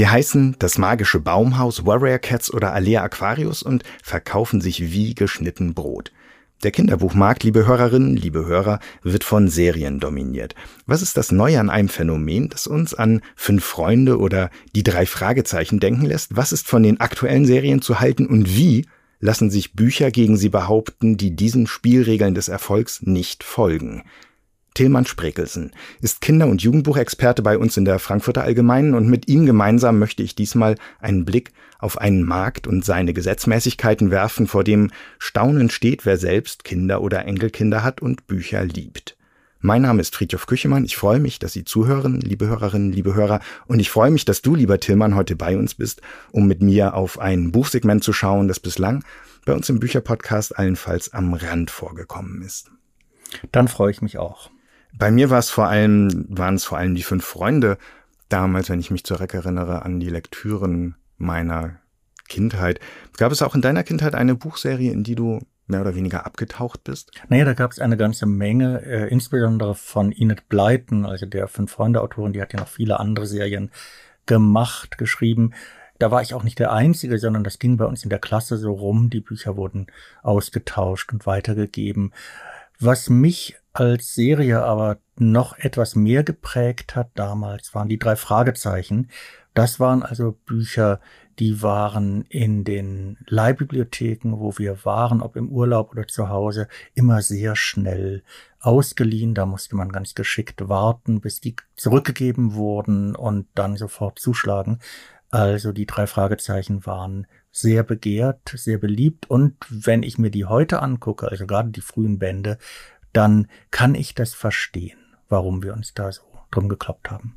Sie heißen Das magische Baumhaus, Warrior Cats oder Alea Aquarius und verkaufen sich wie geschnitten Brot. Der Kinderbuchmarkt, liebe Hörerinnen, liebe Hörer, wird von Serien dominiert. Was ist das Neue an einem Phänomen, das uns an 5 Freunde oder die 3 Fragezeichen denken lässt? Was ist von den aktuellen Serien zu halten und wie lassen sich Bücher gegen sie behaupten, die diesen Spielregeln des Erfolgs nicht folgen? Tilman Sprekelsen ist Kinder- und Jugendbuchexperte bei uns in der Frankfurter Allgemeinen und mit ihm gemeinsam möchte ich diesmal einen Blick auf einen Markt und seine Gesetzmäßigkeiten werfen, vor dem staunend steht, wer selbst Kinder oder Enkelkinder hat und Bücher liebt. Mein Name ist Friedhof Küchemann. Ich freue mich, dass Sie zuhören, liebe Hörerinnen, liebe Hörer. Und ich freue mich, dass du, lieber Tilman, heute bei uns bist, um mit mir auf ein Buchsegment zu schauen, das bislang bei uns im Bücherpodcast allenfalls am Rand vorgekommen ist. Dann freue ich mich auch. Bei mir waren es vor allem die 5 Freunde damals, wenn ich mich zurückerinnere an die Lektüren meiner Kindheit. Gab es auch in deiner Kindheit eine Buchserie, in die du mehr oder weniger abgetaucht bist? Naja, da gab es eine ganze Menge, insbesondere von Enid Blyton, also der 5-Freunde-Autorin, die hat ja noch viele andere Serien gemacht, geschrieben. Da war ich auch nicht der Einzige, sondern das ging bei uns in der Klasse so rum. Die Bücher wurden ausgetauscht und weitergegeben. Was mich als Serie aber noch etwas mehr geprägt hat damals, waren die 3 Fragezeichen. Das waren also Bücher, die waren in den Leihbibliotheken, wo wir waren, ob im Urlaub oder zu Hause, immer sehr schnell ausgeliehen. Da musste man ganz geschickt warten, bis die zurückgegeben wurden und dann sofort zuschlagen. Also die 3 Fragezeichen waren sehr begehrt, sehr beliebt. Und wenn ich mir die heute angucke, also gerade die frühen Bände, dann kann ich das verstehen, warum wir uns da so drum gekloppt haben.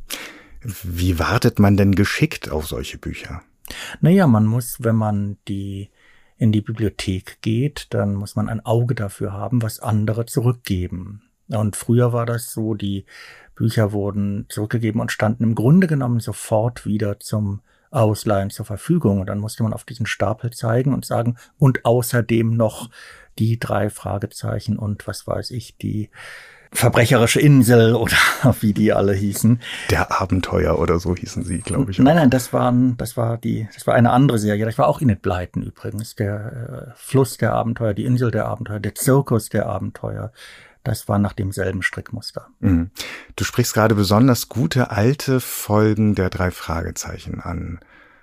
Wie wartet man denn geschickt auf solche Bücher? Naja, man muss, wenn man in die Bibliothek geht, dann muss man ein Auge dafür haben, was andere zurückgeben. Und früher war das so, die Bücher wurden zurückgegeben und standen im Grunde genommen sofort wieder zum Ausleihen zur Verfügung. Und dann musste man auf diesen Stapel zeigen und sagen, und außerdem noch die 3 Fragezeichen und was weiß ich, die verbrecherische Insel oder wie die alle hießen. Der Abenteuer oder so hießen sie, glaube ich. Nein, das war eine andere Serie. Das war auch Enid Blyton übrigens. Der Fluss der Abenteuer, die Insel der Abenteuer, der Zirkus der Abenteuer. Das war nach demselben Strickmuster. Mhm. Du sprichst gerade besonders gute alte Folgen der 3 Fragezeichen an.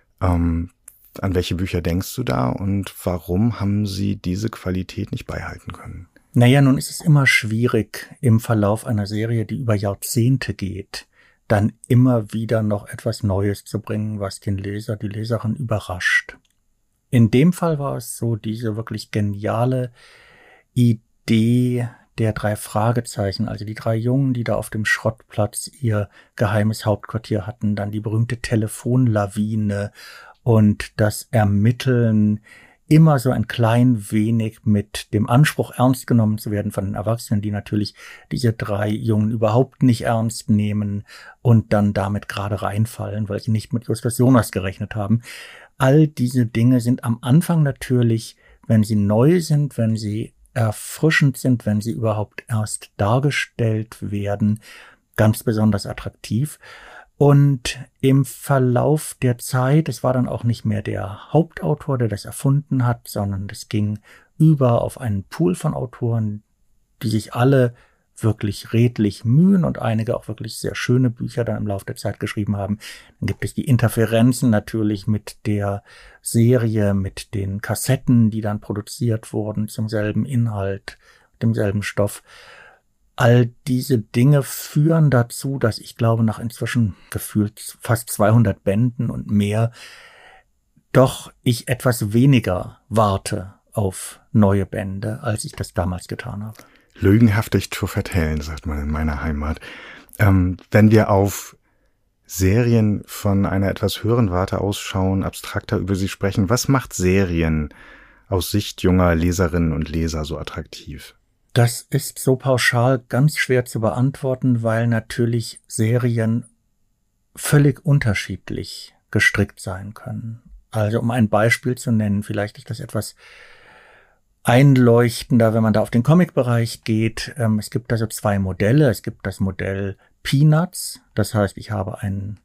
An welche Bücher denkst du da und warum haben sie diese Qualität nicht beibehalten können? Naja, nun ist es immer schwierig, im Verlauf einer Serie, die über Jahrzehnte geht, dann immer wieder noch etwas Neues zu bringen, was den Leser, die Leserin überrascht. In dem Fall war es so, diese wirklich geniale Idee der 3 Fragezeichen, also die 3 Jungen, die da auf dem Schrottplatz ihr geheimes Hauptquartier hatten, dann die berühmte Telefonlawine und das Ermitteln immer so ein klein wenig mit dem Anspruch, ernst genommen zu werden von den Erwachsenen, die natürlich diese 3 Jungen überhaupt nicht ernst nehmen und dann damit gerade reinfallen, weil sie nicht mit Justus Jonas gerechnet haben. All diese Dinge sind am Anfang natürlich, wenn sie neu sind, wenn sie erfrischend sind, wenn sie überhaupt erst dargestellt werden, ganz besonders attraktiv. Und im Verlauf der Zeit, es war dann auch nicht mehr der Hauptautor, der das erfunden hat, sondern es ging über auf einen Pool von Autoren, die sich alle wirklich redlich mühen und einige auch wirklich sehr schöne Bücher dann im Laufe der Zeit geschrieben haben. Dann gibt es die Interferenzen natürlich mit der Serie, mit den Kassetten, die dann produziert wurden zum selben Inhalt, demselben Stoff. All diese Dinge führen dazu, dass ich glaube, nach inzwischen gefühlt fast 200 Bänden und mehr, doch ich etwas weniger warte auf neue Bände, als ich das damals getan habe. Lügenhaftig zu vertellen, sagt man in meiner Heimat. Wenn wir auf Serien von einer etwas höheren Warte ausschauen, abstrakter über sie sprechen, was macht Serien aus Sicht junger Leserinnen und Leser so attraktiv? Das ist so pauschal ganz schwer zu beantworten, weil natürlich Serien völlig unterschiedlich gestrickt sein können. Also um ein Beispiel zu nennen, vielleicht ist das etwas einleuchtender, wenn man da auf den Comic-Bereich geht. Es gibt also 2 Modelle. Es gibt das Modell Peanuts, das heißt, ich habe einen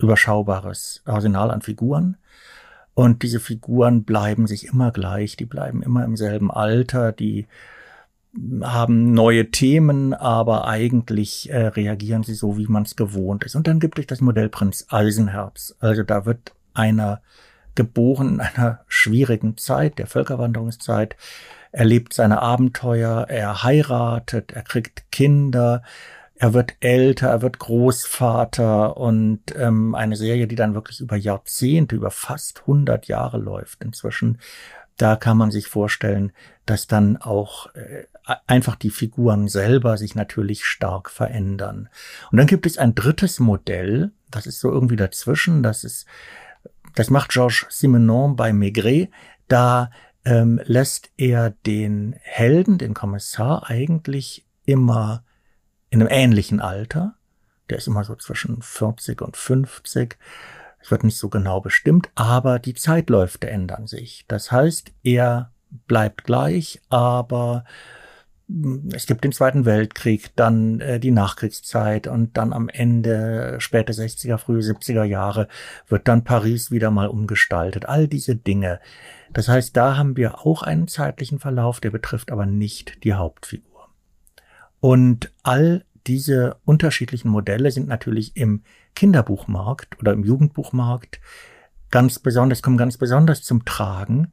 überschaubares Arsenal an Figuren. Und diese Figuren bleiben sich immer gleich, die bleiben immer im selben Alter, die haben neue Themen, aber eigentlich reagieren sie so, wie man es gewohnt ist. Und dann gibt es das Modell Prinz Eisenherz. Also da wird einer geboren in einer schwierigen Zeit, der Völkerwanderungszeit, erlebt seine Abenteuer, er heiratet, er kriegt Kinder, er wird älter, er wird Großvater und eine Serie, die dann wirklich über Jahrzehnte, über fast 100 Jahre läuft inzwischen. Da kann man sich vorstellen, dass dann auch einfach die Figuren selber sich natürlich stark verändern. Und dann gibt es ein drittes Modell, das ist so irgendwie dazwischen, das macht Georges Simenon bei Maigret. Da lässt er den Helden, den Kommissar, eigentlich immer in einem ähnlichen Alter. Der ist immer so zwischen 40 und 50. Es wird nicht so genau bestimmt, aber die Zeitläufe ändern sich. Das heißt, er bleibt gleich, aber es gibt den Zweiten Weltkrieg, dann die Nachkriegszeit und dann am Ende, späte 60er, frühe 70er Jahre, wird dann Paris wieder mal umgestaltet. All diese Dinge. Das heißt, da haben wir auch einen zeitlichen Verlauf, der betrifft aber nicht die Hauptfigur. Und all diese unterschiedlichen Modelle sind natürlich im Kinderbuchmarkt oder im Jugendbuchmarkt kommen ganz besonders zum Tragen,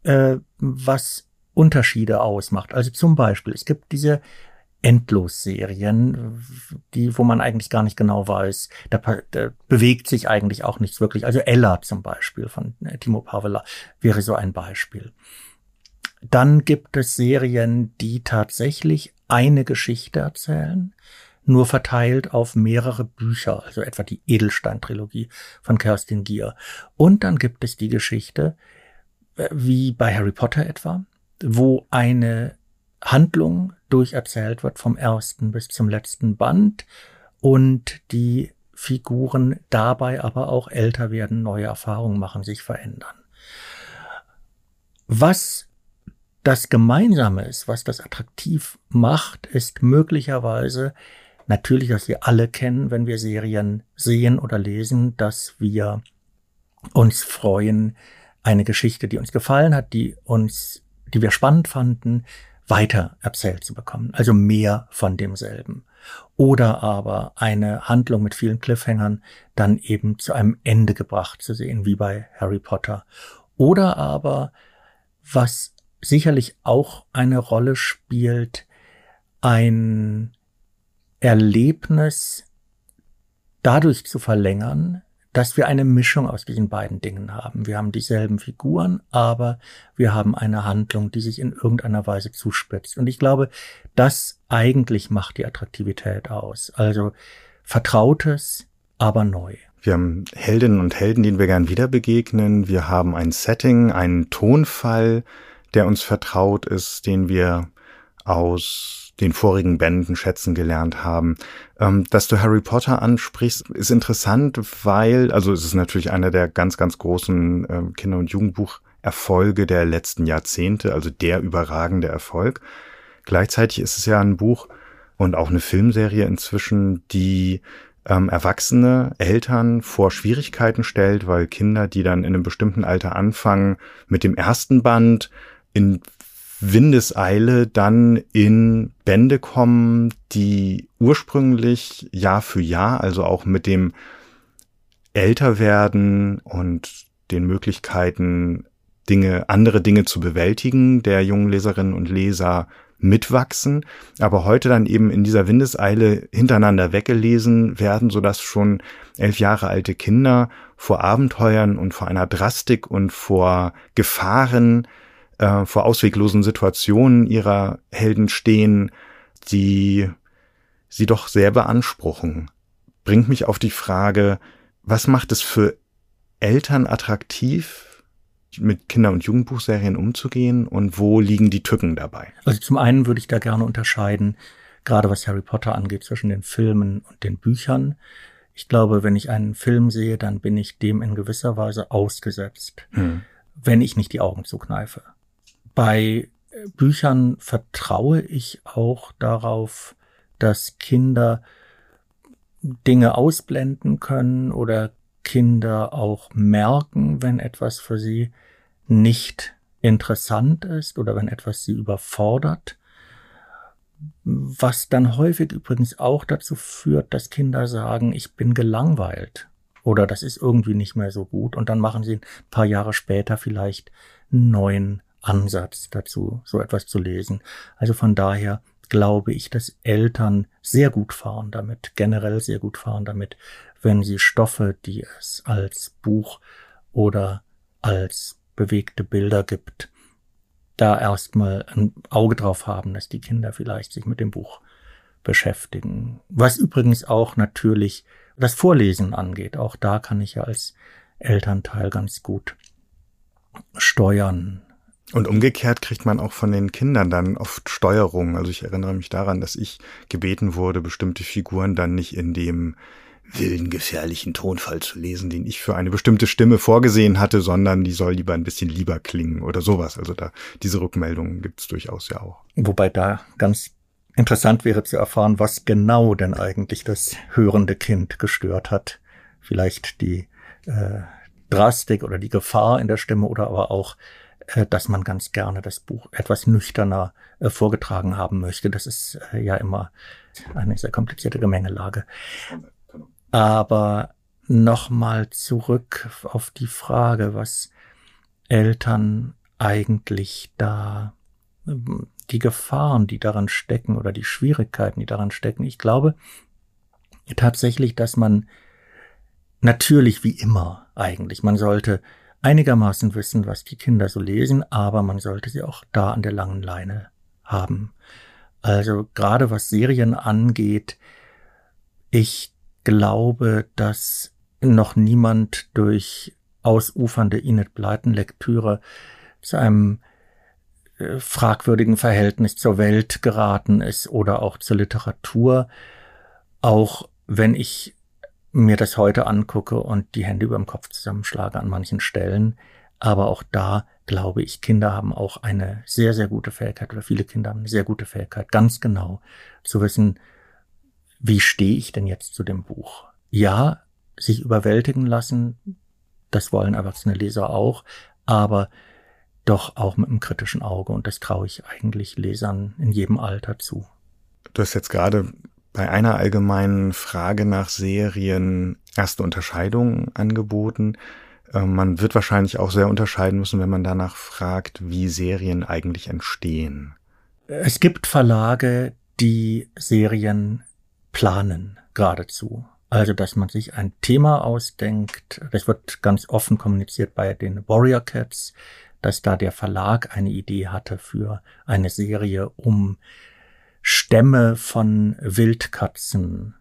was Unterschiede ausmacht. Also zum Beispiel, es gibt diese Endlosserien, wo man eigentlich gar nicht genau weiß, da bewegt sich eigentlich auch nichts wirklich. Also Ella zum Beispiel von Timo Pavela wäre so ein Beispiel. Dann gibt es Serien, die tatsächlich eine Geschichte erzählen, nur verteilt auf mehrere Bücher, also etwa die Edelstein-Trilogie von Kerstin Gier. Und dann gibt es die Geschichte, wie bei Harry Potter etwa, wo eine Handlung durcherzählt wird vom ersten bis zum letzten Band und die Figuren dabei aber auch älter werden, neue Erfahrungen machen, sich verändern. Was das Gemeinsame ist, was das attraktiv macht, ist möglicherweise natürlich, dass wir alle kennen, wenn wir Serien sehen oder lesen, dass wir uns freuen, eine Geschichte, die uns gefallen hat, die wir spannend fanden, weiter erzählt zu bekommen. Also mehr von demselben. Oder aber eine Handlung mit vielen Cliffhangern dann eben zu einem Ende gebracht zu sehen, wie bei Harry Potter. Oder aber, was sicherlich auch eine Rolle spielt, ein Erlebnis dadurch zu verlängern, dass wir eine Mischung aus diesen beiden Dingen haben. Wir haben dieselben Figuren, aber wir haben eine Handlung, die sich in irgendeiner Weise zuspitzt. Und ich glaube, das eigentlich macht die Attraktivität aus. Also Vertrautes, aber neu. Wir haben Heldinnen und Helden, denen wir gern wieder begegnen. Wir haben ein Setting, einen Tonfall, der uns vertraut ist, den wir aus den vorigen Bänden schätzen gelernt haben. Dass du Harry Potter ansprichst, ist interessant, weil, also es ist natürlich einer der ganz, ganz großen Kinder- und Jugendbucherfolge der letzten Jahrzehnte, also der überragende Erfolg. Gleichzeitig ist es ja ein Buch und auch eine Filmserie inzwischen, die erwachsene Eltern vor Schwierigkeiten stellt, weil Kinder, die dann in einem bestimmten Alter anfangen, mit dem ersten Band in Windeseile dann in Bände kommen, die ursprünglich Jahr für Jahr, also auch mit dem Älterwerden und den Möglichkeiten, andere Dinge zu bewältigen, der jungen Leserinnen und Leser mitwachsen, aber heute dann eben in dieser Windeseile hintereinander weggelesen werden, sodass schon 11 Jahre alte Kinder vor Abenteuern und vor einer Drastik und vor Gefahren, vor ausweglosen Situationen ihrer Helden stehen, die sie doch sehr beanspruchen. Bringt mich auf die Frage, was macht es für Eltern attraktiv, mit Kinder- und Jugendbuchserien umzugehen und wo liegen die Tücken dabei? Also zum einen würde ich da gerne unterscheiden, gerade was Harry Potter angeht, zwischen den Filmen und den Büchern. Ich glaube, wenn ich einen Film sehe, dann bin ich dem in gewisser Weise ausgesetzt, wenn ich nicht die Augen zukneife. Bei Büchern vertraue ich auch darauf, dass Kinder Dinge ausblenden können oder Kinder auch merken, wenn etwas für sie nicht interessant ist oder wenn etwas sie überfordert, was dann häufig übrigens auch dazu führt, dass Kinder sagen, ich bin gelangweilt oder das ist irgendwie nicht mehr so gut, und dann machen sie ein paar Jahre später vielleicht einen neuen Ansatz dazu, so etwas zu lesen. Also von daher glaube ich, dass Eltern sehr gut fahren damit, generell sehr gut fahren damit, wenn sie Stoffe, die es als Buch oder als bewegte Bilder gibt, da erstmal ein Auge drauf haben, dass die Kinder vielleicht sich mit dem Buch beschäftigen. Was übrigens auch natürlich das Vorlesen angeht. Auch da kann ich ja als Elternteil ganz gut steuern. Und umgekehrt kriegt man auch von den Kindern dann oft Steuerung. Also ich erinnere mich daran, dass ich gebeten wurde, bestimmte Figuren dann nicht in dem wilden, gefährlichen Tonfall zu lesen, den ich für eine bestimmte Stimme vorgesehen hatte, sondern die soll lieber ein bisschen lieber klingen oder sowas. Also da diese Rückmeldungen gibt's durchaus ja auch. Wobei da ganz interessant wäre zu erfahren, was genau denn eigentlich das hörende Kind gestört hat. Vielleicht die Drastik oder die Gefahr in der Stimme oder aber auch, dass man ganz gerne das Buch etwas nüchterner vorgetragen haben möchte. Das ist ja immer eine sehr komplizierte Gemengelage. Aber nochmal zurück auf die Frage, was Eltern eigentlich da, die Gefahren, die daran stecken oder die Schwierigkeiten, die daran stecken. Ich glaube tatsächlich, dass man natürlich wie immer eigentlich, man sollte einigermaßen wissen, was die Kinder so lesen, aber man sollte sie auch da an der langen Leine haben. Also gerade was Serien angeht, ich glaube, dass noch niemand durch ausufernde Enid Blyton-Lektüre zu einem fragwürdigen Verhältnis zur Welt geraten ist oder auch zur Literatur. Auch wenn ich mir das heute angucke und die Hände über dem Kopf zusammenschlage an manchen Stellen. Aber auch da glaube ich, Kinder haben auch eine sehr, sehr gute Fähigkeit, oder viele Kinder haben eine sehr gute Fähigkeit, ganz genau zu wissen, wie stehe ich denn jetzt zu dem Buch? Ja, sich überwältigen lassen, das wollen erwachsene Leser auch, aber doch auch mit einem kritischen Auge, und das traue ich eigentlich Lesern in jedem Alter zu. Du hast jetzt gerade bei einer allgemeinen Frage nach Serien erste Unterscheidungen angeboten. Man wird wahrscheinlich auch sehr unterscheiden müssen, wenn man danach fragt, wie Serien eigentlich entstehen. Es gibt Verlage, die Serien planen geradezu. Also, dass man sich ein Thema ausdenkt. Das wird ganz offen kommuniziert bei den Warrior Cats, dass da der Verlag eine Idee hatte für eine Serie um Stämme von Wildkatzen,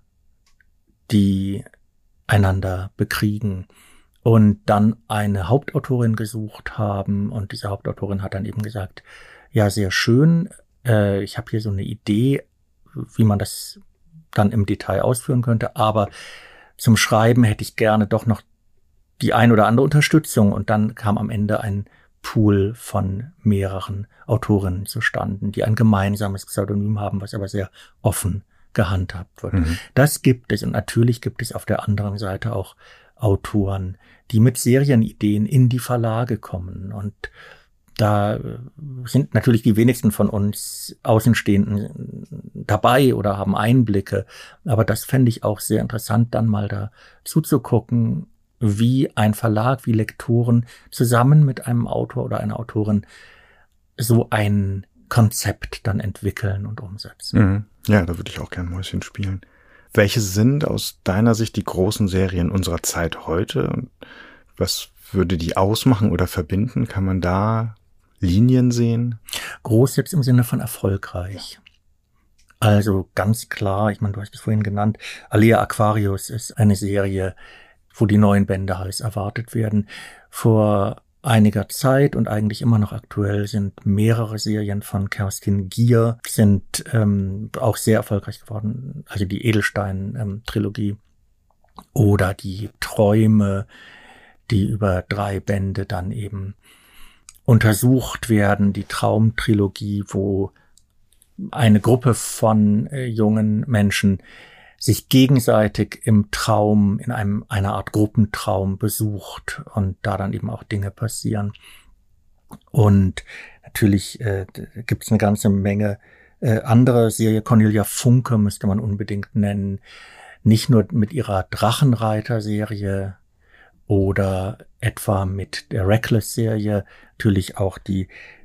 die einander bekriegen, und dann eine Hauptautorin gesucht haben, und diese Hauptautorin hat dann eben gesagt, ja, sehr schön, ich habe hier so eine Idee, wie man das dann im Detail ausführen könnte, aber zum Schreiben hätte ich gerne doch noch die ein oder andere Unterstützung, und dann kam am Ende ein Pool von mehreren Autorinnen zustande, die ein gemeinsames Pseudonym haben, was aber sehr offen gehandhabt wird. Mhm. Das gibt es, und natürlich gibt es auf der anderen Seite auch Autoren, die mit Serienideen in die Verlage kommen, und da sind natürlich die wenigsten von uns Außenstehenden dabei oder haben Einblicke, aber das fände ich auch sehr interessant, dann mal da zuzugucken, wie ein Verlag, wie Lektoren zusammen mit einem Autor oder einer Autorin so ein Konzept dann entwickeln und umsetzen. Mhm. Ja, da würde ich auch gern Mäuschen spielen. Welche sind aus deiner Sicht die großen Serien unserer Zeit heute? Was würde die ausmachen oder verbinden? Kann man da Linien sehen? Groß jetzt im Sinne von erfolgreich. Also ganz klar, ich meine, du hast es vorhin genannt, Alea Aquarius ist eine Serie, wo die neuen Bände heiß erwartet werden. Vor einiger Zeit und eigentlich immer noch aktuell sind mehrere Serien von Kerstin Gier, sind auch sehr erfolgreich geworden. Also die Edelstein-Trilogie oder die Träume, die über 3 Bände dann eben untersucht werden. Die Traumtrilogie, wo eine Gruppe von jungen Menschen sich gegenseitig im Traum, in einer Art Gruppentraum besucht und da dann eben auch Dinge passieren. Und natürlich gibt es eine ganze Menge andere Serie. Cornelia Funke müsste man unbedingt nennen. Nicht nur mit ihrer Drachenreiter-Serie oder etwa mit der Reckless-Serie, natürlich auch die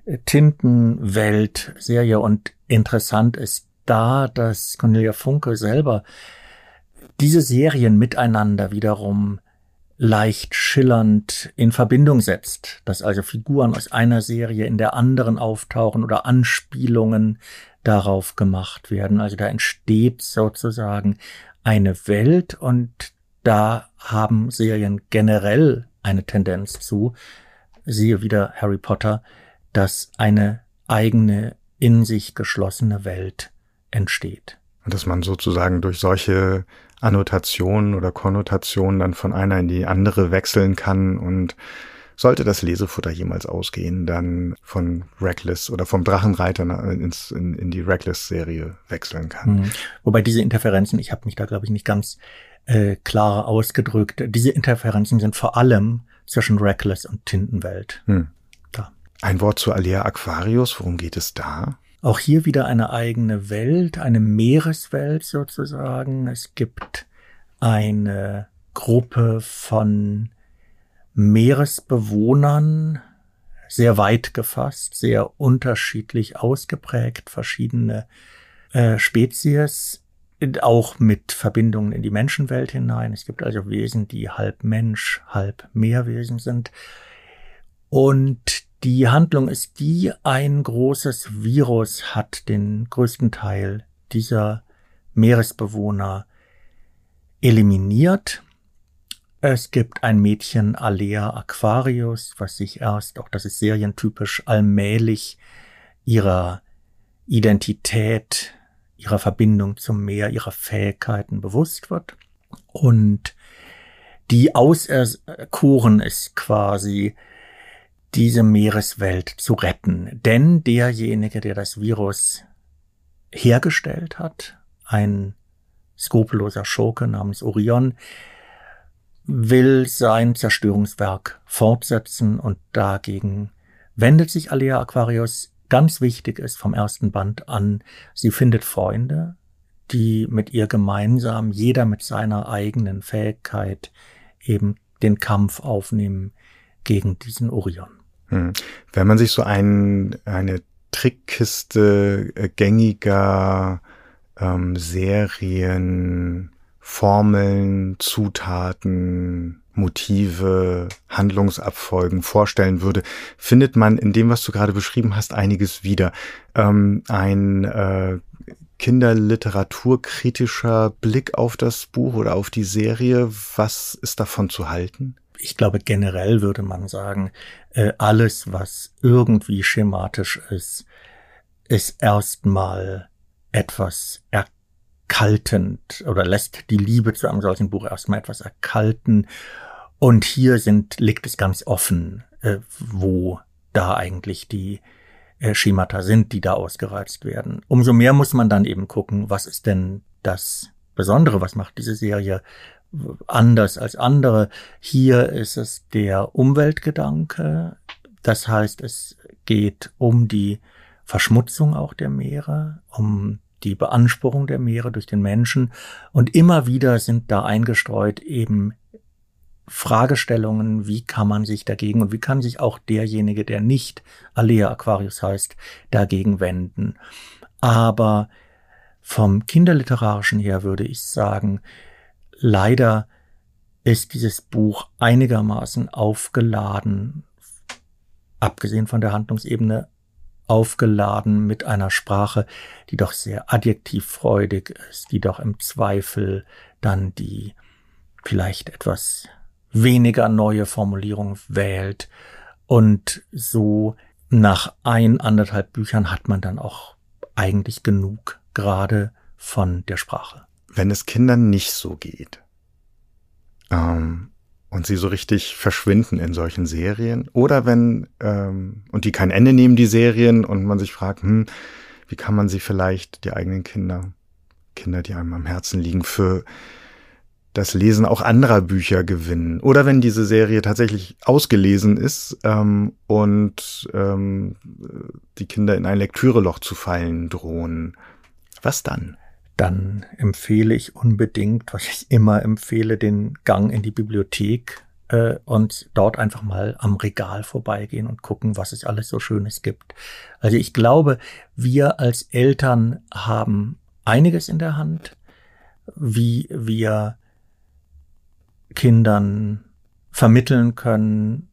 Tintenwelt-Serie. Und interessant ist da, dass Cornelia Funke selber diese Serien miteinander wiederum leicht schillernd in Verbindung setzt, dass also Figuren aus einer Serie in der anderen auftauchen oder Anspielungen darauf gemacht werden. Also da entsteht sozusagen eine Welt und da haben Serien generell eine Tendenz zu, siehe wieder Harry Potter, dass eine eigene, in sich geschlossene Welt entsteht. Und dass man sozusagen durch solche Annotationen oder Konnotationen dann von einer in die andere wechseln kann und sollte das Lesefutter jemals ausgehen, dann von Reckless oder vom Drachenreiter in die Reckless-Serie wechseln kann. Wobei diese Interferenzen, ich habe mich da glaube ich nicht ganz klar ausgedrückt, diese Interferenzen sind vor allem zwischen Reckless und Tintenwelt. Da. Ein Wort zu Alea Aquarius, worum geht es da? Auch hier wieder eine eigene Welt, eine Meereswelt sozusagen. Es gibt eine Gruppe von Meeresbewohnern, sehr weit gefasst, sehr unterschiedlich ausgeprägt, verschiedene Spezies, auch mit Verbindungen in die Menschenwelt hinein. Es gibt also Wesen, die halb Mensch, halb Meerwesen sind. Und die Handlung ist die, ein großes Virus hat den größten Teil dieser Meeresbewohner eliminiert. Es gibt ein Mädchen, Alea Aquarius, was sich erst, auch das ist serientypisch, allmählich ihrer Identität, ihrer Verbindung zum Meer, ihrer Fähigkeiten bewusst wird. Und die auserkoren ist quasi, diese Meereswelt zu retten. Denn derjenige, der das Virus hergestellt hat, ein skrupelloser Schurke namens Orion, will sein Zerstörungswerk fortsetzen und dagegen wendet sich Alea Aquarius. Ganz wichtig ist vom ersten Band an, sie findet Freunde, die mit ihr gemeinsam, jeder mit seiner eigenen Fähigkeit, eben den Kampf aufnehmen gegen diesen Orion. Wenn man sich so eine Trickkiste gängiger Serien, Formeln, Zutaten, Motive, Handlungsabfolgen vorstellen würde, findet man in dem, was du gerade beschrieben hast, einiges wieder. Ein kinderliteraturkritischer Blick auf das Buch oder auf die Serie, was ist davon zu halten? Ich glaube, generell würde man sagen, alles, was irgendwie schematisch ist, ist erstmal etwas erkaltend oder lässt die Liebe zu einem solchen Buch erstmal etwas erkalten. Und hier liegt es ganz offen, wo da eigentlich die Schemata sind, die da ausgereizt werden. Umso mehr muss man dann eben gucken, was ist denn das Besondere, was macht diese Serie anders als andere. Hier ist es der Umweltgedanke. Das heißt, es geht um die Verschmutzung auch der Meere, um die Beanspruchung der Meere durch den Menschen. Und immer wieder sind da eingestreut eben Fragestellungen, wie kann man sich dagegen und wie kann sich auch derjenige, der nicht Alea Aquarius heißt, dagegen wenden. Aber vom Kinderliterarischen her würde ich sagen, leider ist dieses Buch einigermaßen aufgeladen, abgesehen von der Handlungsebene, aufgeladen mit einer Sprache, die doch sehr adjektivfreudig ist, die doch im Zweifel dann die vielleicht etwas weniger neue Formulierung wählt. Und so nach 1,5 Büchern hat man dann auch eigentlich genug, gerade von der Sprache. Wenn es Kindern nicht so geht und sie so richtig verschwinden in solchen Serien oder wenn und die kein Ende nehmen, die Serien, und man sich fragt, wie kann man sie vielleicht, die eigenen Kinder, Kinder, die einem am Herzen liegen, für das Lesen auch anderer Bücher gewinnen. Oder wenn diese Serie tatsächlich ausgelesen ist und die Kinder in ein Lektüreloch zu fallen drohen. Was dann? Dann empfehle ich unbedingt, was ich immer empfehle, den Gang in die Bibliothek und dort einfach mal am Regal vorbeigehen und gucken, was es alles so Schönes gibt. Also ich glaube, wir als Eltern haben einiges in der Hand, wie wir Kindern vermitteln können,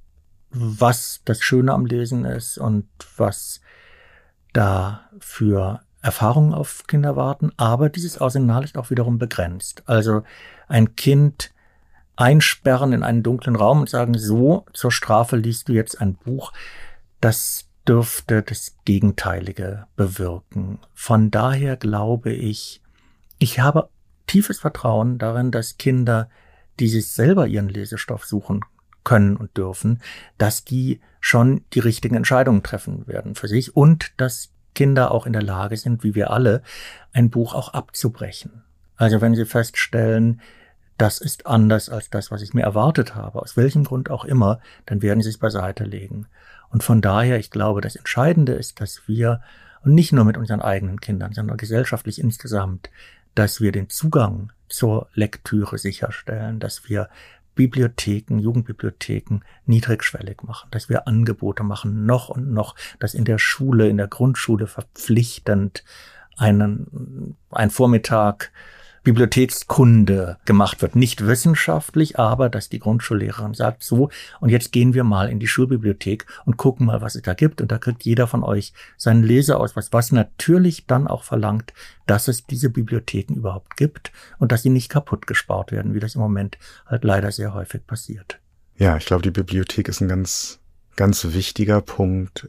was das Schöne am Lesen ist und was da für Erfahrungen auf Kinder warten. Aber dieses Arsenal ist auch wiederum begrenzt. Also ein Kind einsperren in einen dunklen Raum und sagen, so, zur Strafe liest du jetzt ein Buch, das dürfte das Gegenteilige bewirken. Von daher glaube ich habe tiefes Vertrauen darin, dass Kinder, die sich selber ihren Lesestoff suchen können und dürfen, dass die schon die richtigen Entscheidungen treffen werden für sich und dass Kinder auch in der Lage sind, wie wir alle, ein Buch auch abzubrechen. Also wenn sie feststellen, das ist anders als das, was ich mir erwartet habe, aus welchem Grund auch immer, dann werden sie es beiseite legen. Und von daher, ich glaube, das Entscheidende ist, dass wir, und nicht nur mit unseren eigenen Kindern, sondern gesellschaftlich insgesamt, dass wir den Zugang zur Lektüre sicherstellen, dass wir Bibliotheken, Jugendbibliotheken niedrigschwellig machen, dass wir Angebote machen, noch und noch, dass in der Schule, in der Grundschule verpflichtend ein Vormittag Bibliothekskunde gemacht wird. Nicht wissenschaftlich, aber dass die Grundschullehrerin sagt, so, und jetzt gehen wir mal in die Schulbibliothek und gucken mal, was es da gibt. Und da kriegt jeder von euch seinen Leseausweis, was natürlich dann auch verlangt, dass es diese Bibliotheken überhaupt gibt und dass sie nicht kaputt gespart werden, wie das im Moment halt leider sehr häufig passiert. Ja, ich glaube, die Bibliothek ist ein ganz, ganz wichtiger Punkt.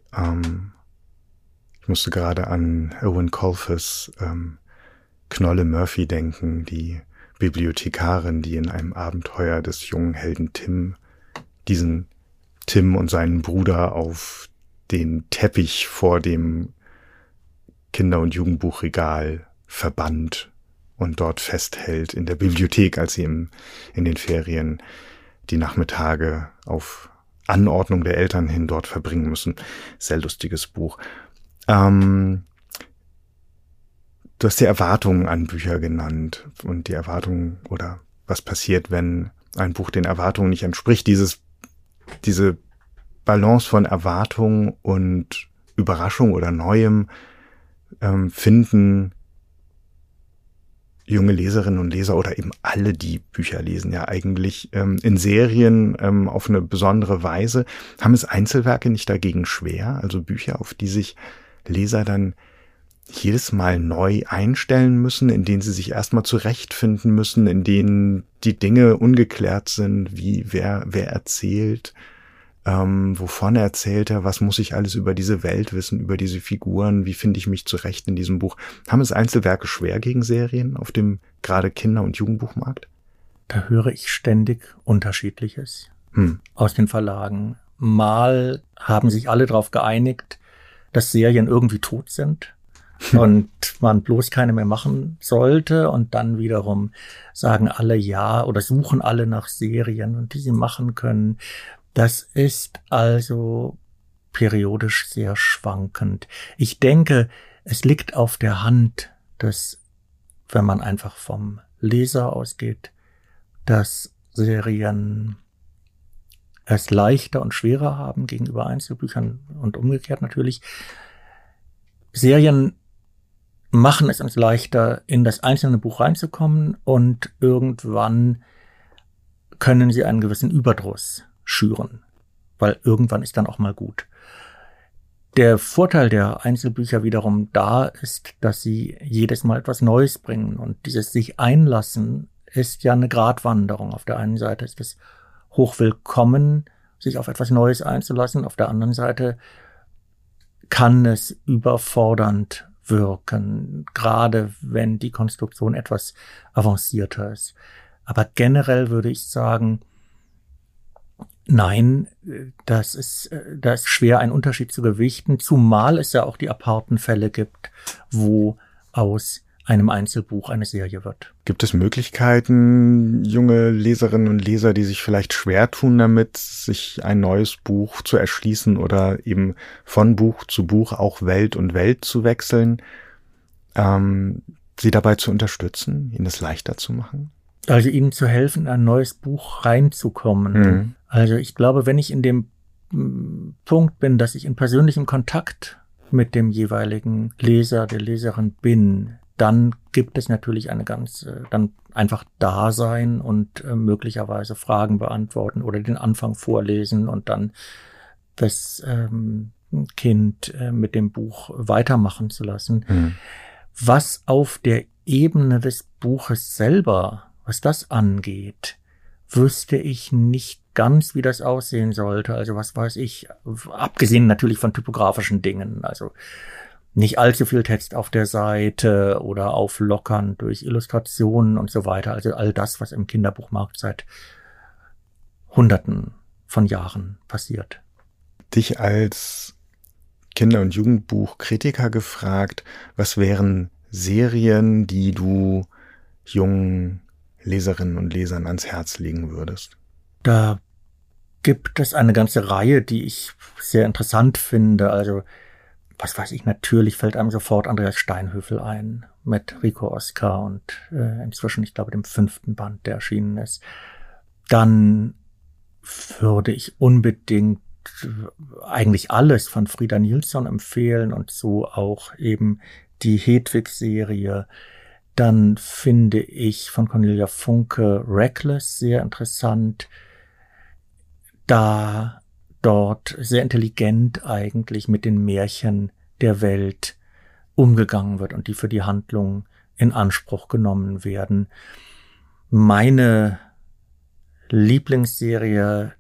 Ich musste gerade an Eoin Colfes Knolle Murphy denken, die Bibliothekarin, die in einem Abenteuer des jungen Helden Tim diesen Tim und seinen Bruder auf den Teppich vor dem Kinder- und Jugendbuchregal verbannt und dort festhält in der Bibliothek, als sie in den Ferien die Nachmittage auf Anordnung der Eltern hin dort verbringen müssen. Sehr lustiges Buch. Du hast die Erwartungen an Bücher genannt und die Erwartungen oder was passiert, wenn ein Buch den Erwartungen nicht entspricht. Diese Balance von Erwartung und Überraschung oder Neuem finden junge Leserinnen und Leser oder eben alle, die Bücher lesen, ja eigentlich in Serien auf eine besondere Weise. Haben es Einzelwerke nicht dagegen schwer? Also Bücher, auf die sich Leser dann jedes Mal neu einstellen müssen, in denen sie sich erstmal zurechtfinden müssen, in denen die Dinge ungeklärt sind, wie wer erzählt, wovon erzählt er, was muss ich alles über diese Welt wissen, über diese Figuren, wie finde ich mich zurecht in diesem Buch. Haben es Einzelwerke schwer gegen Serien auf dem gerade Kinder- und Jugendbuchmarkt? Da höre ich ständig Unterschiedliches aus den Verlagen. Mal haben sich alle darauf geeinigt, dass Serien irgendwie tot sind und man bloß keine mehr machen sollte, und dann wiederum sagen alle ja oder suchen alle nach Serien, und die sie machen können. Das ist also periodisch sehr schwankend. Ich denke, es liegt auf der Hand, dass, wenn man einfach vom Leser ausgeht, dass Serien es leichter und schwerer haben gegenüber Einzelbüchern und umgekehrt natürlich. Serien machen es uns leichter, in das einzelne Buch reinzukommen, und irgendwann können sie einen gewissen Überdruss schüren, weil irgendwann ist dann auch mal gut. Der Vorteil der Einzelbücher wiederum da ist, dass sie jedes Mal etwas Neues bringen, und dieses sich einlassen ist ja eine Gratwanderung. Auf der einen Seite ist es hochwillkommen, sich auf etwas Neues einzulassen, auf der anderen Seite kann es überfordernd wirken, gerade wenn die Konstruktion etwas avancierter ist. Aber generell würde ich sagen, nein, da ist schwer, einen Unterschied zu gewichten, zumal es ja auch die aparten Fälle gibt, wo aus einem Einzelbuch eine Serie wird. Gibt es Möglichkeiten, junge Leserinnen und Leser, die sich vielleicht schwer tun damit, sich ein neues Buch zu erschließen oder eben von Buch zu Buch auch Welt und Welt zu wechseln, sie dabei zu unterstützen, ihnen das leichter zu machen? Also ihnen zu helfen, in ein neues Buch reinzukommen. Mhm. Also ich glaube, wenn ich in dem Punkt bin, dass ich in persönlichem Kontakt mit dem jeweiligen Leser, der Leserin bin, dann gibt es natürlich dann einfach da sein und möglicherweise Fragen beantworten oder den Anfang vorlesen und dann das Kind mit dem Buch weitermachen zu lassen. Mhm. Was auf der Ebene des Buches selber, was das angeht, wüsste ich nicht ganz, wie das aussehen sollte. Also was weiß ich, abgesehen natürlich von typografischen Dingen, also nicht allzu viel Text auf der Seite oder auflockern durch Illustrationen und so weiter. Also all das, was im Kinderbuchmarkt seit Hunderten von Jahren passiert. Dich als Kinder- und Jugendbuchkritiker gefragt, was wären Serien, die du jungen Leserinnen und Lesern ans Herz legen würdest? Da gibt es eine ganze Reihe, die ich sehr interessant finde. Also, was weiß ich, natürlich fällt einem sofort Andreas Steinhöfel ein mit Rico Oscar und inzwischen, ich glaube, dem 5. Band, der erschienen ist. Dann würde ich unbedingt eigentlich alles von Frida Nilsson empfehlen und so auch eben die Hedwig-Serie. Dann finde ich von Cornelia Funke Reckless sehr interessant, da dort sehr intelligent eigentlich mit den Märchen der Welt umgegangen wird und die für die Handlung in Anspruch genommen werden. Meine Lieblingsserie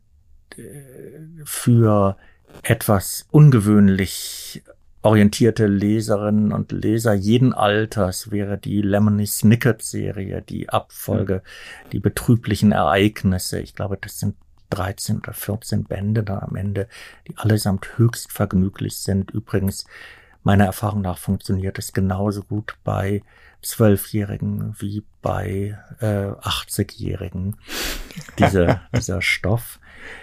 für etwas ungewöhnlich orientierte Leserinnen und Leser jeden Alters wäre die Lemony Snicket-Serie, die Abfolge, die betrüblichen Ereignisse. Ich glaube, das sind 13 oder 14 Bände dann am Ende, die allesamt höchst vergnüglich sind. Übrigens, meiner Erfahrung nach funktioniert es genauso gut bei 12-Jährigen wie bei 80-Jährigen, dieser Stoff.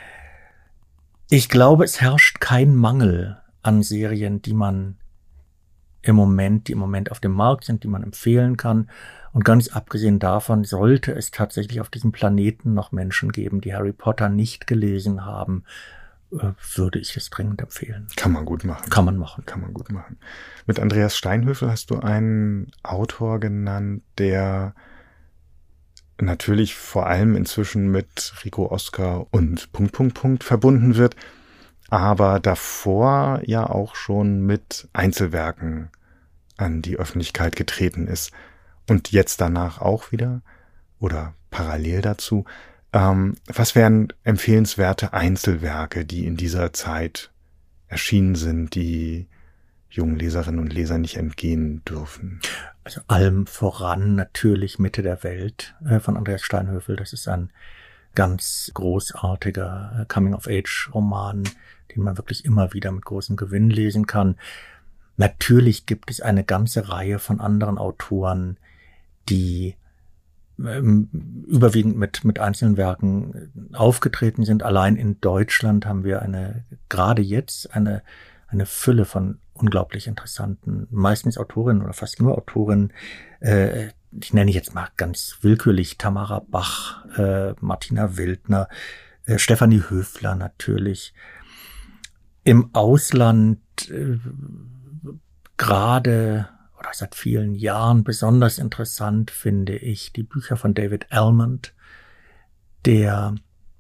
Ich glaube, es herrscht kein Mangel an Serien, die im Moment auf dem Markt sind, die man empfehlen kann. Und ganz abgesehen davon sollte es tatsächlich auf diesem Planeten noch Menschen geben, die Harry Potter nicht gelesen haben, würde ich es dringend empfehlen. Kann man gut machen. Kann man machen. Kann man gut machen. Mit Andreas Steinhöfel hast du einen Autor genannt, der natürlich vor allem inzwischen mit Rico Oscar und ... verbunden wird, aber davor ja auch schon mit Einzelwerken an die Öffentlichkeit getreten ist und jetzt danach auch wieder oder parallel dazu. Was wären empfehlenswerte Einzelwerke, die in dieser Zeit erschienen sind, die jungen Leserinnen und Lesern nicht entgehen dürfen? Also allem voran natürlich Mitte der Welt von Andreas Steinhöfel. Das ist ein ganz großartiger Coming-of-Age-Roman, den man wirklich immer wieder mit großem Gewinn lesen kann. Natürlich gibt es eine ganze Reihe von anderen Autoren, die überwiegend mit einzelnen Werken aufgetreten sind. Allein in Deutschland haben wir gerade jetzt eine Fülle von unglaublich interessanten, meistens Autorinnen oder fast nur Autorinnen. Ich nenne jetzt mal ganz willkürlich Tamara Bach, Martina Wildner, Stefanie Höfler natürlich. Im Ausland gerade oder seit vielen Jahren besonders interessant finde ich die Bücher von David Almond, der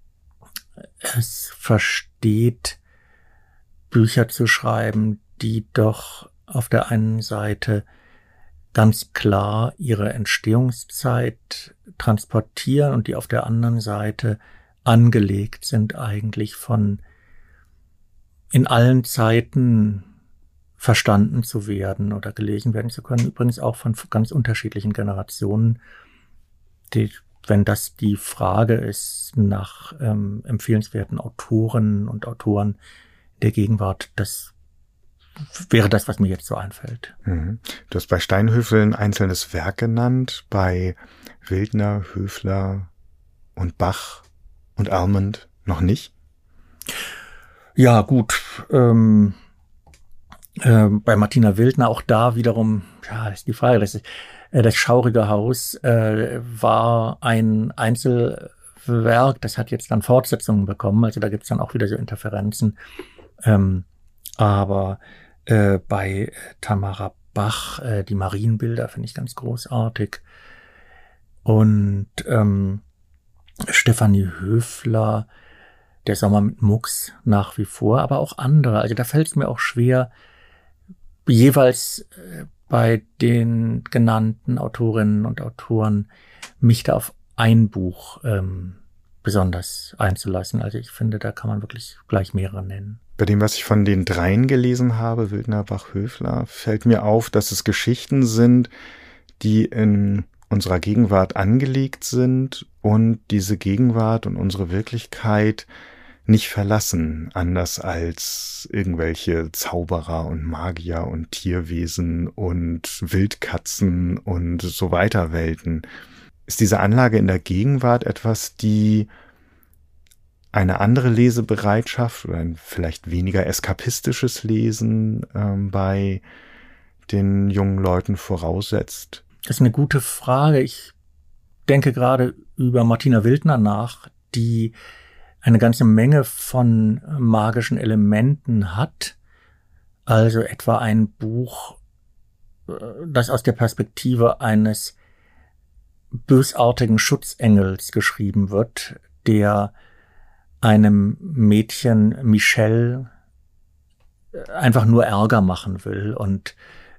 es versteht, Bücher zu schreiben, die doch auf der einen Seite ganz klar ihre Entstehungszeit transportieren und die auf der anderen Seite angelegt sind, eigentlich von in allen Zeiten verstanden zu werden oder gelesen werden zu können. Übrigens auch von ganz unterschiedlichen Generationen. Wenn das die Frage ist nach empfehlenswerten Autoren und Autoren der Gegenwart, das wäre das, was mir jetzt so einfällt. Mhm. Du hast bei Steinhöfel ein einzelnes Werk genannt, bei Wildner, Höfler und Bach und Armand noch nicht? Ja, gut. Bei Martina Wildner auch da wiederum, ja, ist die Frage, das Schaurige Haus war ein Einzelwerk, das hat jetzt dann Fortsetzungen bekommen, also da gibt's dann auch wieder so Interferenzen. Aber bei Tamara Bach, die Marienbilder finde ich ganz großartig. Und Stefanie Höfler, Der Sommer mit Mucks nach wie vor, aber auch andere. Also da fällt es mir auch schwer, jeweils bei den genannten Autorinnen und Autoren mich da auf ein Buch besonders einzulassen. Also ich finde, da kann man wirklich gleich mehrere nennen. Bei dem, was ich von den dreien gelesen habe, Wildner, Bach, Höfler, fällt mir auf, dass es Geschichten sind, die in unserer Gegenwart angelegt sind und diese Gegenwart und unsere Wirklichkeit nicht verlassen, anders als irgendwelche Zauberer und Magier und Tierwesen und Wildkatzen und so weiter Welten. Ist diese Anlage in der Gegenwart etwas, die eine andere Lesebereitschaft oder ein vielleicht weniger eskapistisches Lesen bei den jungen Leuten voraussetzt? Das ist eine gute Frage. Ich denke gerade über Martina Wildner nach, die eine ganze Menge von magischen Elementen hat. Also etwa ein Buch, das aus der Perspektive eines bösartigen Schutzengels geschrieben wird, der einem Mädchen Michelle einfach nur Ärger machen will und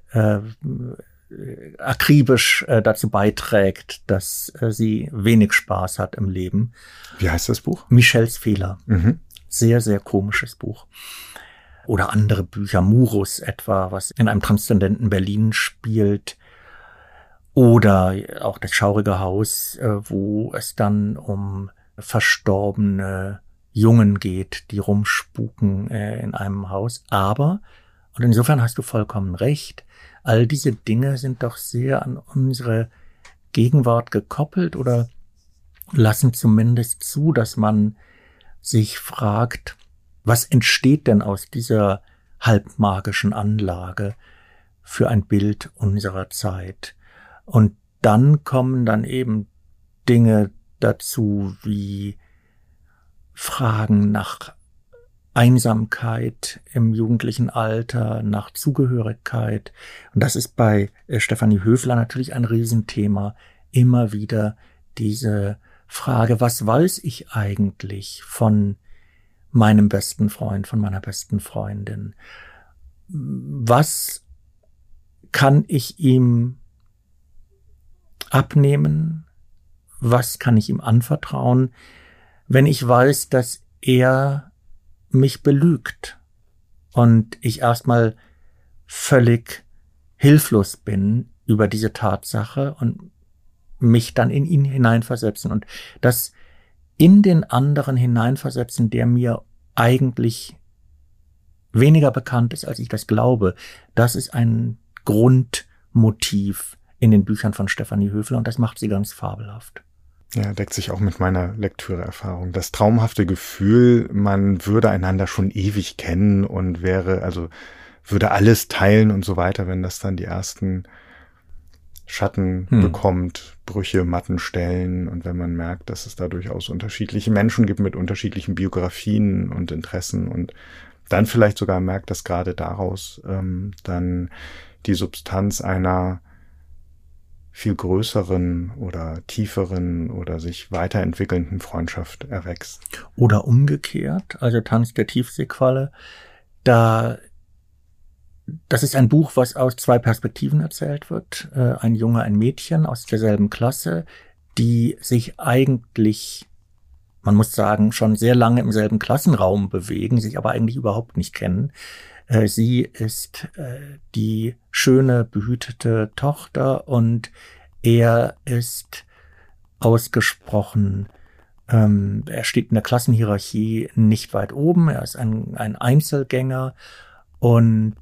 akribisch dazu beiträgt, dass sie wenig Spaß hat im Leben. Wie heißt das Buch? Michelles Fehler. Mhm. Sehr, sehr komisches Buch. Oder andere Bücher, Murus etwa, was in einem transzendenten Berlin spielt. Oder auch das Schaurige Haus, wo es dann um verstorbene Jungen geht, die rumspuken in einem Haus. Aber, und insofern hast du vollkommen recht, all diese Dinge sind doch sehr an unsere Gegenwart gekoppelt oder lassen zumindest zu, dass man sich fragt, was entsteht denn aus dieser halbmagischen Anlage für ein Bild unserer Zeit? Und dann kommen dann eben Dinge dazu wie Fragen nach Einsamkeit im jugendlichen Alter, nach Zugehörigkeit. Und das ist bei Stefanie Höfler natürlich ein Riesenthema. Immer wieder diese Frage, was weiß ich eigentlich von meinem besten Freund, von meiner besten Freundin? Was kann ich ihm abnehmen? Was kann ich ihm anvertrauen, wenn ich weiß, dass er mich belügt und ich erstmal völlig hilflos bin über diese Tatsache und mich dann in ihn hineinversetzen und das in den anderen hineinversetzen, der mir eigentlich weniger bekannt ist, als ich das glaube. Das ist ein Grundmotiv in den Büchern von Stefanie Höfler und das macht sie ganz fabelhaft. Ja, deckt sich auch mit meiner Lektüreerfahrung. Das traumhafte Gefühl, man würde einander schon ewig kennen und würde alles teilen und so weiter, wenn das dann die ersten Schatten bekommt, Brüche, Mattenstellen und wenn man merkt, dass es da durchaus unterschiedliche Menschen gibt mit unterschiedlichen Biografien und Interessen und dann vielleicht sogar merkt, dass gerade daraus dann die Substanz einer viel größeren oder tieferen oder sich weiterentwickelnden Freundschaft erwächst. Oder umgekehrt, also Tanz der Tiefseequalle, das ist ein Buch, was aus zwei Perspektiven erzählt wird. Ein Junge, ein Mädchen aus derselben Klasse, die sich eigentlich, man muss sagen, schon sehr lange im selben Klassenraum bewegen, sich aber eigentlich überhaupt nicht kennen. Sie ist die schöne, behütete Tochter und er ist ausgesprochen, er steht in der Klassenhierarchie nicht weit oben, er ist ein Einzelgänger und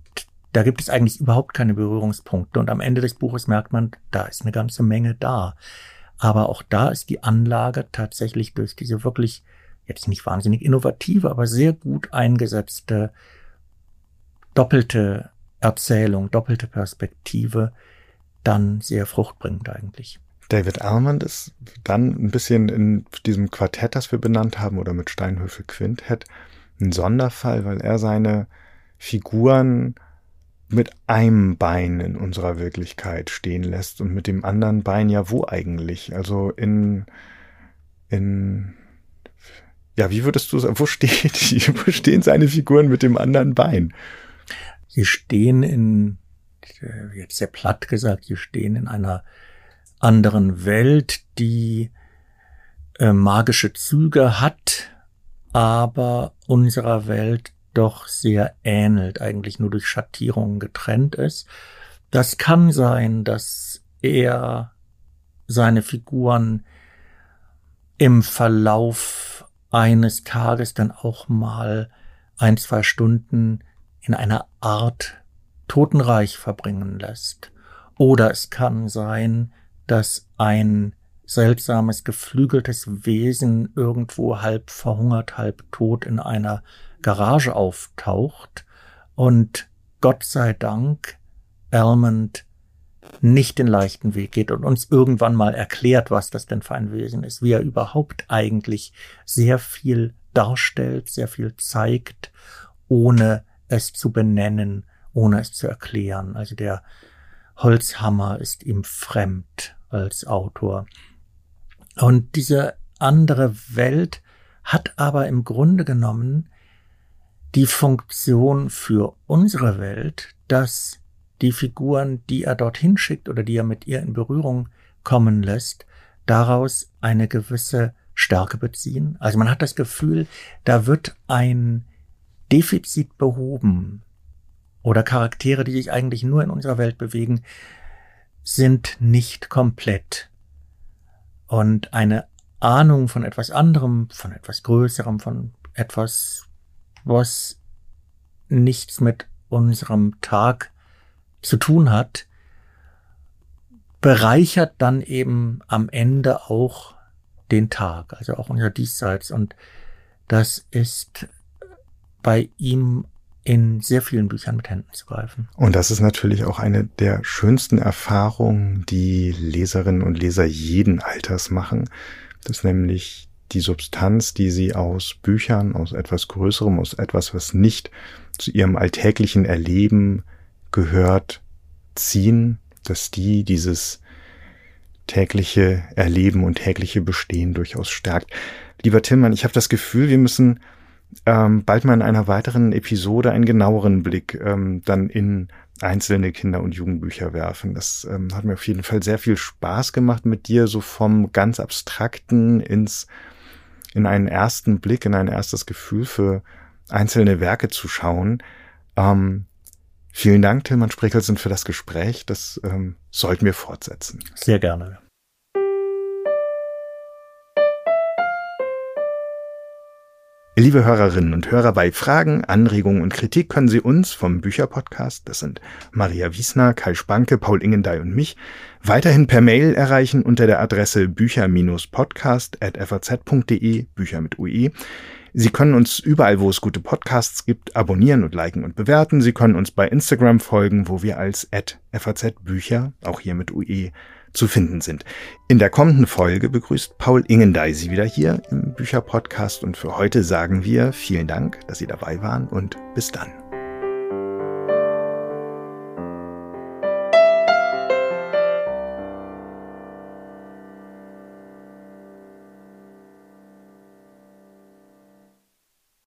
da gibt es eigentlich überhaupt keine Berührungspunkte. Und am Ende des Buches merkt man, da ist eine ganze Menge da. Aber auch da ist die Anlage tatsächlich durch diese wirklich, jetzt nicht wahnsinnig innovative, aber sehr gut eingesetzte doppelte Erzählung, doppelte Perspektive dann sehr fruchtbringend eigentlich. David Almond ist dann ein bisschen in diesem Quartett, das wir benannt haben, oder mit Steinhöfel Quintett, ein Sonderfall, weil er seine Figuren mit einem Bein in unserer Wirklichkeit stehen lässt und mit dem anderen Bein ja wo eigentlich? Also ja, wie würdest du sagen, wo stehen seine Figuren mit dem anderen Bein? Sie stehen jetzt sehr platt gesagt, sie stehen in einer anderen Welt, die magische Züge hat, aber unserer Welt doch sehr ähnelt, eigentlich nur durch Schattierungen getrennt ist. Das kann sein, dass er seine Figuren im Verlauf eines Tages dann auch mal 1-2 Stunden in einer Art Totenreich verbringen lässt. Oder es kann sein, dass ein seltsames, geflügeltes Wesen irgendwo halb verhungert, halb tot in einer Garage auftaucht und Gott sei Dank Almond nicht den leichten Weg geht und uns irgendwann mal erklärt, was das denn für ein Wesen ist, wie er überhaupt eigentlich sehr viel darstellt, sehr viel zeigt, ohne es zu benennen, ohne es zu erklären. Also der Holzhammer ist ihm fremd als Autor. Und diese andere Welt hat aber im Grunde genommen die Funktion für unsere Welt, dass die Figuren, die er dorthin schickt oder die er mit ihr in Berührung kommen lässt, daraus eine gewisse Stärke beziehen. Also man hat das Gefühl, da wird ein Defizit behoben oder Charaktere, die sich eigentlich nur in unserer Welt bewegen, sind nicht komplett. Und eine Ahnung von etwas anderem, von etwas Größerem, von etwas, was nichts mit unserem Tag zu tun hat, bereichert dann eben am Ende auch den Tag, also auch unser Diesseits. Und das ist bei ihm in sehr vielen Büchern mit Händen zu greifen. Und das ist natürlich auch eine der schönsten Erfahrungen, die Leserinnen und Leser jeden Alters machen. Das ist nämlich die Substanz, die sie aus Büchern, aus etwas Größerem, aus etwas, was nicht zu ihrem alltäglichen Erleben gehört, ziehen, dass die dieses tägliche Erleben und tägliche Bestehen durchaus stärkt. Lieber Tillmann, ich habe das Gefühl, wir müssen bald mal in einer weiteren Episode einen genaueren Blick dann in einzelne Kinder- und Jugendbücher werfen. Das hat mir auf jeden Fall sehr viel Spaß gemacht mit dir, so vom ganz Abstrakten in einen ersten Blick, in ein erstes Gefühl für einzelne Werke zu schauen. Vielen Dank, Tillmann Spreckelsen, für das Gespräch. Das sollten wir fortsetzen. Sehr gerne. Liebe Hörerinnen und Hörer, bei Fragen, Anregungen und Kritik können Sie uns vom Bücherpodcast, das sind Maria Wiesner, Kai Spanke, Paul Ingendey und mich, weiterhin per Mail erreichen unter der Adresse bücher-podcast@faz.de, Bücher mit UE. Sie können uns überall, wo es gute Podcasts gibt, abonnieren und liken und bewerten. Sie können uns bei Instagram folgen, wo wir als @fazbücher, auch hier mit UE, zu finden sind. In der kommenden Folge begrüßt Paul Ingendey Sie wieder hier im Bücherpodcast und für heute sagen wir vielen Dank, dass Sie dabei waren und bis dann.